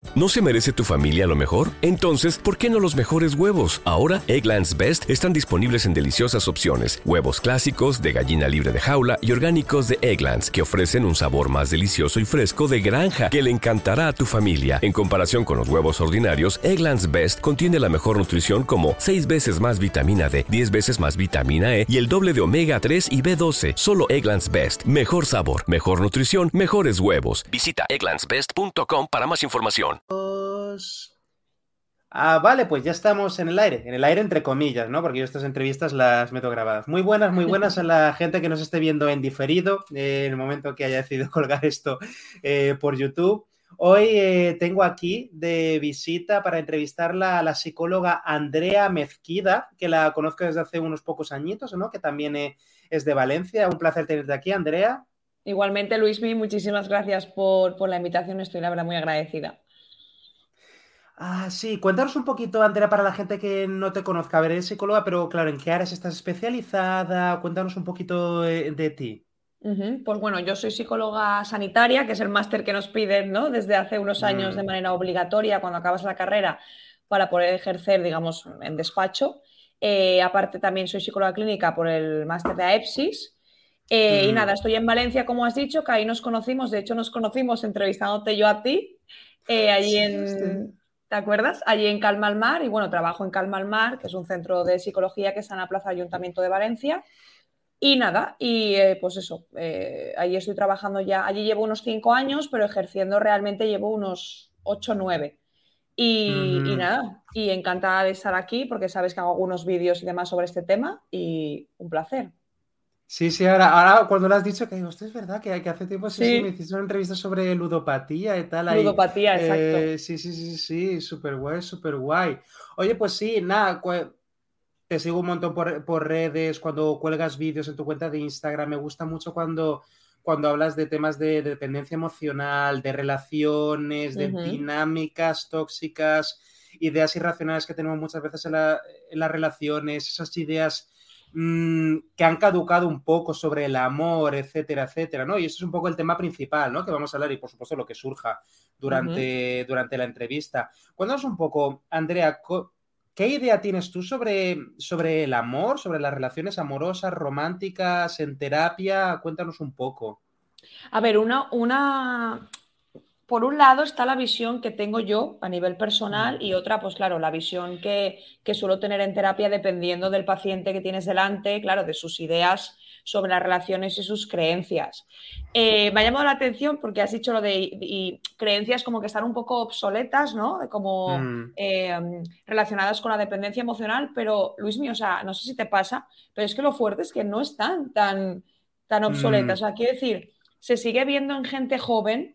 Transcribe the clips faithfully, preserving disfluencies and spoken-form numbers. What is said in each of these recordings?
¿No se merece tu familia lo mejor? Entonces, ¿por qué no los mejores huevos? Ahora, Eggland's Best están disponibles en deliciosas opciones. Huevos clásicos, de gallina libre de jaula y orgánicos de Eggland's, que ofrecen un sabor más delicioso y fresco de granja que le encantará a tu familia. En comparación con los huevos ordinarios, Eggland's Best contiene la mejor nutrición como seis veces más vitamina D, diez veces más vitamina E y el doble de omega tres y B doce. Solo Eggland's Best. Mejor sabor, mejor nutrición, mejores huevos. Visita egglands best punto com para más información. Ah, vale, pues ya estamos en el aire, en el aire entre comillas, ¿no? Porque yo estas entrevistas las meto grabadas. Muy buenas, muy buenas a la gente que nos esté viendo en diferido, eh, en el momento que haya decidido colgar esto eh, por YouTube. Hoy eh, tengo aquí de visita para entrevistarla a la psicóloga Andrea Mezquida, que la conozco desde hace unos pocos añitos, ¿no? Que también eh, es de Valencia. Un placer tenerte aquí, Andrea. Igualmente, Luismi, muchísimas gracias por, por la invitación. Estoy, la verdad, muy agradecida. Ah, sí, cuéntanos un poquito, Andrea, para la gente que no te conozca. A ver, eres psicóloga, pero claro, ¿en qué áreas estás especializada? Cuéntanos un poquito de, de ti. Uh-huh. Pues bueno, yo soy psicóloga sanitaria, que es el máster que nos piden, ¿no? Desde hace unos años de Mm. manera obligatoria cuando acabas la carrera para poder ejercer, digamos, en despacho. Eh, aparte también soy psicóloga clínica por el máster de AEPSIS. Eh, y Mm. nada, estoy en Valencia, como has dicho, que ahí nos conocimos. De hecho, nos conocimos entrevistándote yo a ti, eh, allí Sí, sí. en... ¿Te acuerdas? Allí en Calma al Mar. Y bueno, trabajo en Calma al Mar, que es un centro de psicología que está en la Plaza Ayuntamiento de Valencia. Y nada, y eh, pues eso, eh, allí estoy trabajando ya, allí llevo unos cinco años, pero ejerciendo realmente llevo unos ocho o nueve. Y, y Ujú. nada, y encantada de estar aquí porque sabes que hago algunos vídeos y demás sobre este tema y un placer. Sí, sí, ahora, ahora cuando lo has dicho, que digo, esto es verdad, que, que hace tiempo sí, sí, me Sí, hiciste una entrevista sobre ludopatía y tal, ahí, ludopatía, exacto. eh, sí, sí, sí, sí, súper guay, súper guay. Oye, pues sí, nada, cu- te sigo un montón por, por redes, cuando cuelgas vídeos en tu cuenta de Instagram, me gusta mucho cuando, cuando hablas de temas de, de dependencia emocional, de relaciones, de Ujú. dinámicas tóxicas, ideas irracionales que tenemos muchas veces en, la- en las relaciones, esas ideas mmm, que han caducado un poco sobre el amor, etcétera, etcétera, ¿no? Y eso es un poco el tema principal, ¿no? Que vamos a hablar y, por supuesto, lo que surja Ujú. durante, durante la entrevista. Cuéntanos un poco, Andrea, co- ¿qué idea tienes tú sobre, sobre el amor, sobre las relaciones amorosas, románticas, en terapia? Cuéntanos un poco. A ver, una, una, por un lado está la visión que tengo yo a nivel personal Mm. y otra, pues claro, la visión que, que suelo tener en terapia dependiendo del paciente que tienes delante, claro, de sus ideas sobre las relaciones y sus creencias. Eh, me ha llamado la atención porque has dicho lo de y, y creencias como que están un poco obsoletas, ¿no? Como Mm. eh, relacionadas con la dependencia emocional, pero Luis mío, o sea, no sé si te pasa, pero es que lo fuerte es que no están tan, tan obsoletas. Mm. O sea, quiero decir, se sigue viendo en gente joven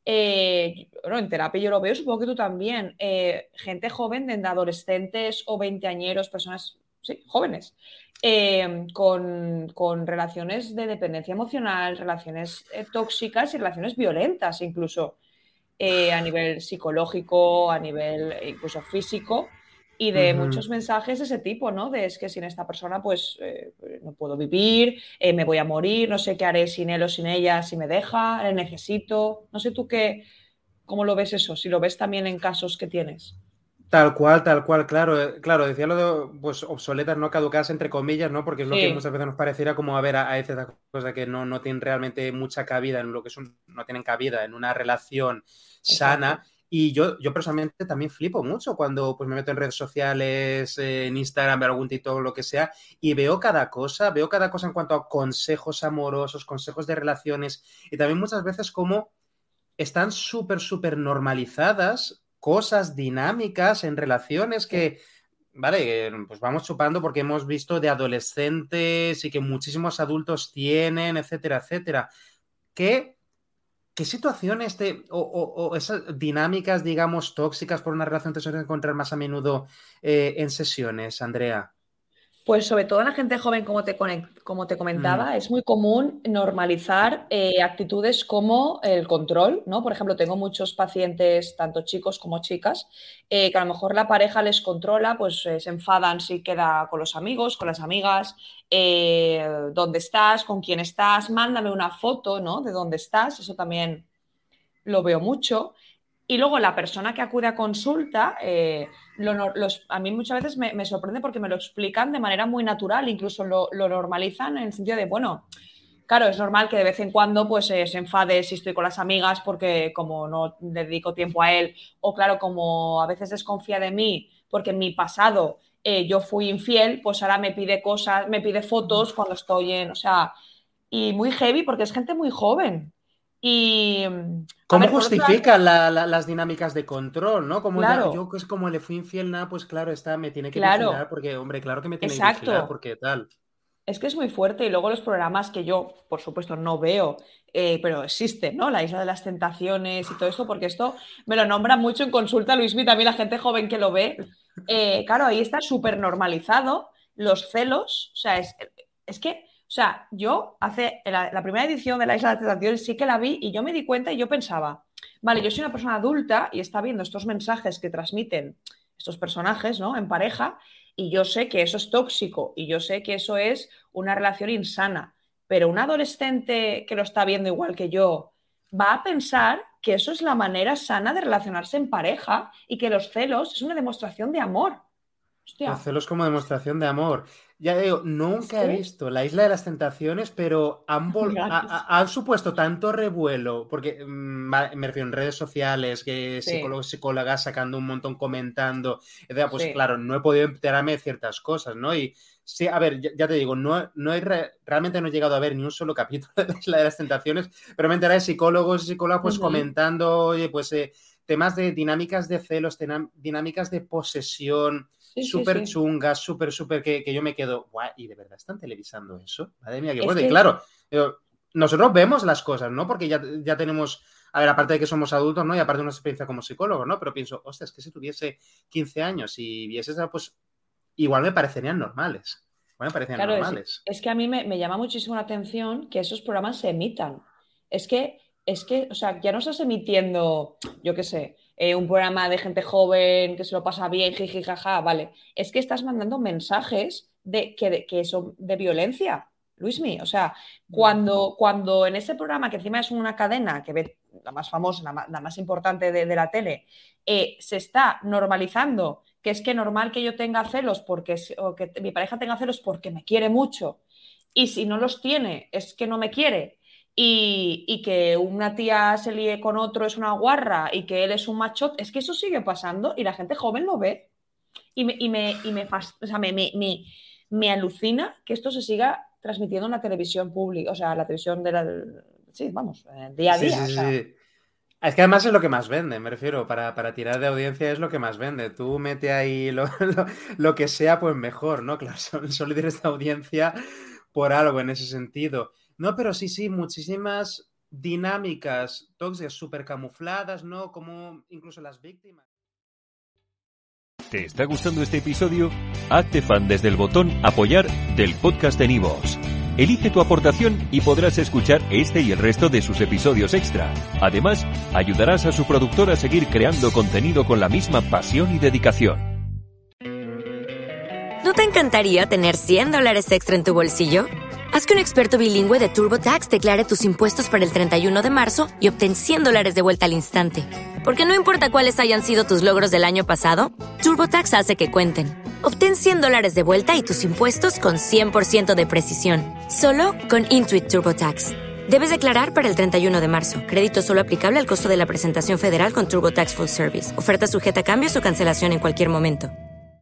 eh, bueno, en terapia yo lo veo, supongo que tú también. Eh, gente joven, de adolescentes o veinteañeros, personas sí, jóvenes, eh, con, con, relaciones de dependencia emocional, relaciones eh, tóxicas y relaciones violentas, incluso eh, a nivel psicológico, a nivel incluso físico. Y de Mm. muchos mensajes de ese tipo, ¿no? De es que sin esta persona, pues eh, no puedo vivir, eh, me voy a morir, no sé qué haré sin él o sin ella, si me deja, le necesito. No sé tú qué, cómo lo ves eso, si lo ves también en casos que tienes. Tal cual, tal cual, claro, eh, claro, decía lo de pues obsoletas, no caducadas entre comillas, ¿no? Porque es lo que Sí, muchas veces nos pareciera como, a ver, hay ciertas cosas que no, no tienen realmente mucha cabida en lo que son, no tienen cabida en una relación exacto. sana. Y yo, yo personalmente también flipo mucho cuando pues me meto en redes sociales, eh, en Instagram, veo algún TikTok, lo que sea, y veo cada cosa, veo cada cosa en cuanto a consejos amorosos, consejos de relaciones, y también muchas veces como están súper, súper normalizadas cosas dinámicas en relaciones Sí. que, vale, pues vamos chupando porque hemos visto de adolescentes y que muchísimos adultos tienen, etcétera, etcétera. ¿Qué, qué situaciones te, o, o, o, esas dinámicas, digamos, tóxicas por una relación te suelen encontrar más a menudo eh, en sesiones, Andrea? Pues sobre todo en la gente joven, como te, como te Mm. comentaba, es muy común normalizar eh, actitudes como el control, ¿no? Por ejemplo, tengo muchos pacientes, tanto chicos como chicas, eh, que a lo mejor la pareja les controla, pues eh, se enfadan si queda con los amigos, con las amigas, eh, dónde estás, con quién estás, mándame una foto, ¿no? De dónde estás, eso también lo veo mucho. Y luego la persona que acude a consulta, eh, lo, los, a mí muchas veces me, me sorprende porque me lo explican de manera muy natural, incluso lo, lo normalizan en el sentido de, bueno, claro, es normal que de vez en cuando pues eh, se enfade si estoy con las amigas porque como no dedico tiempo a él, o claro, como a veces desconfía de mí porque en mi pasado eh, yo fui infiel, pues ahora me pide cosas, me pide fotos cuando estoy en, o sea, y muy heavy porque es gente muy joven. Y ¿cómo ver, justifican la, la, las dinámicas de control, no? Como claro. ya, yo que es como le fui infiel, nada, pues claro, está, me tiene que claro. vigilar porque, hombre, claro que me tiene Exacto. que vigilar porque tal. Es que es muy fuerte y luego los programas que yo, por supuesto, no veo, eh, pero existen, ¿no? La Isla de las Tentaciones y todo esto, porque esto me lo nombra mucho en consulta, Luismi, también la gente joven que lo ve. Eh, claro, ahí está súper normalizado los celos, o sea, es, es que... O sea, yo hace la, la primera edición de la Isla de las Tentaciones sí que la vi y yo me di cuenta y yo pensaba, vale, yo soy una persona adulta y está viendo estos mensajes que transmiten estos personajes, ¿no? En pareja, y yo sé que eso es tóxico y yo sé que eso es una relación insana, pero un adolescente que lo está viendo igual que yo va a pensar que eso es la manera sana de relacionarse en pareja y que los celos es una demostración de amor. Hostia. Los celos como demostración de amor. Ya digo, nunca ¿Sí? he visto la Isla de las Tentaciones, pero han, vol- a, a, han supuesto tanto revuelo, porque mmm, me refiero en redes sociales, que sí. psicólogos, psicólogas sacando un montón, comentando, etcétera. Pues sí. claro, no he podido enterarme de ciertas cosas, ¿no? Y sí, a ver, ya, ya te digo, no, no he re- realmente no he llegado a ver ni un solo capítulo de la Isla de las Tentaciones, pero me enteré de psicólogos y psicólogas pues uh-huh. comentando, oye, pues eh, temas de dinámicas de celos, tenam- dinámicas de posesión, Sí, súper sí, sí. chungas, súper, súper, que, que yo me quedo, guau, ¿y de verdad están televisando eso? Madre mía, qué fuerte. Que... Y claro, nosotros vemos las cosas, ¿no? Porque ya, ya tenemos, a ver, aparte de que somos adultos, ¿no? Y aparte de una experiencia como psicólogo, ¿no? Pero pienso, hostia, es que si tuviese quince años y viese esa, pues igual me parecerían normales. Igual me parecían claro, normales. Es, es que a mí me, me llama muchísimo la atención que esos programas se emitan. Es que, es que, o sea, ya no estás emitiendo, yo qué sé, Eh, un programa de gente joven que se lo pasa bien, jiji, jaja, vale. Es que estás mandando mensajes de, que, de, que son de violencia, Luismi. O sea, cuando, cuando en ese programa, que encima es una cadena que ve la más famosa, la más, la más importante de, de la tele, eh, se está normalizando que es que normal que yo tenga celos porque, o que mi pareja tenga celos porque me quiere mucho y si no los tiene es que no me quiere. Y, y que una tía se líe con otro es una guarra y que él es un machote, es que eso sigue pasando y la gente joven lo ve y me, y me, y me, o sea, me, me, me, me alucina que esto se siga transmitiendo en la televisión pública, o sea, la televisión de la, sí, vamos, día a día. Sí, sí, o sea. sí. Es que además es lo que más vende, me refiero, para, para tirar de audiencia es lo que más vende. Tú mete ahí lo, lo, lo que sea, pues mejor, ¿no? Claro, son, son líderes de audiencia por algo en ese sentido. No, pero sí, sí, muchísimas dinámicas tóxicas súper camufladas, ¿no? Como incluso las víctimas. ¿Te está gustando este episodio? Hazte fan desde el botón Apoyar del podcast de Nivos. Elige tu aportación y podrás escuchar este y el resto de sus episodios extra. Además, ayudarás a su productor a seguir creando contenido con la misma pasión y dedicación. ¿No te encantaría tener cien dólares extra en tu bolsillo? Haz que un experto bilingüe de TurboTax declare tus impuestos para el treinta y uno de marzo y obtén cien dólares de vuelta al instante. Porque no importa cuáles hayan sido tus logros del año pasado, TurboTax hace que cuenten. Obtén cien dólares de vuelta y tus impuestos con cien por ciento de precisión. Solo con Intuit TurboTax. Debes declarar para el treinta y uno de marzo. Crédito solo aplicable al costo de la presentación federal con TurboTax Full Service. Oferta sujeta a cambios o cancelación en cualquier momento.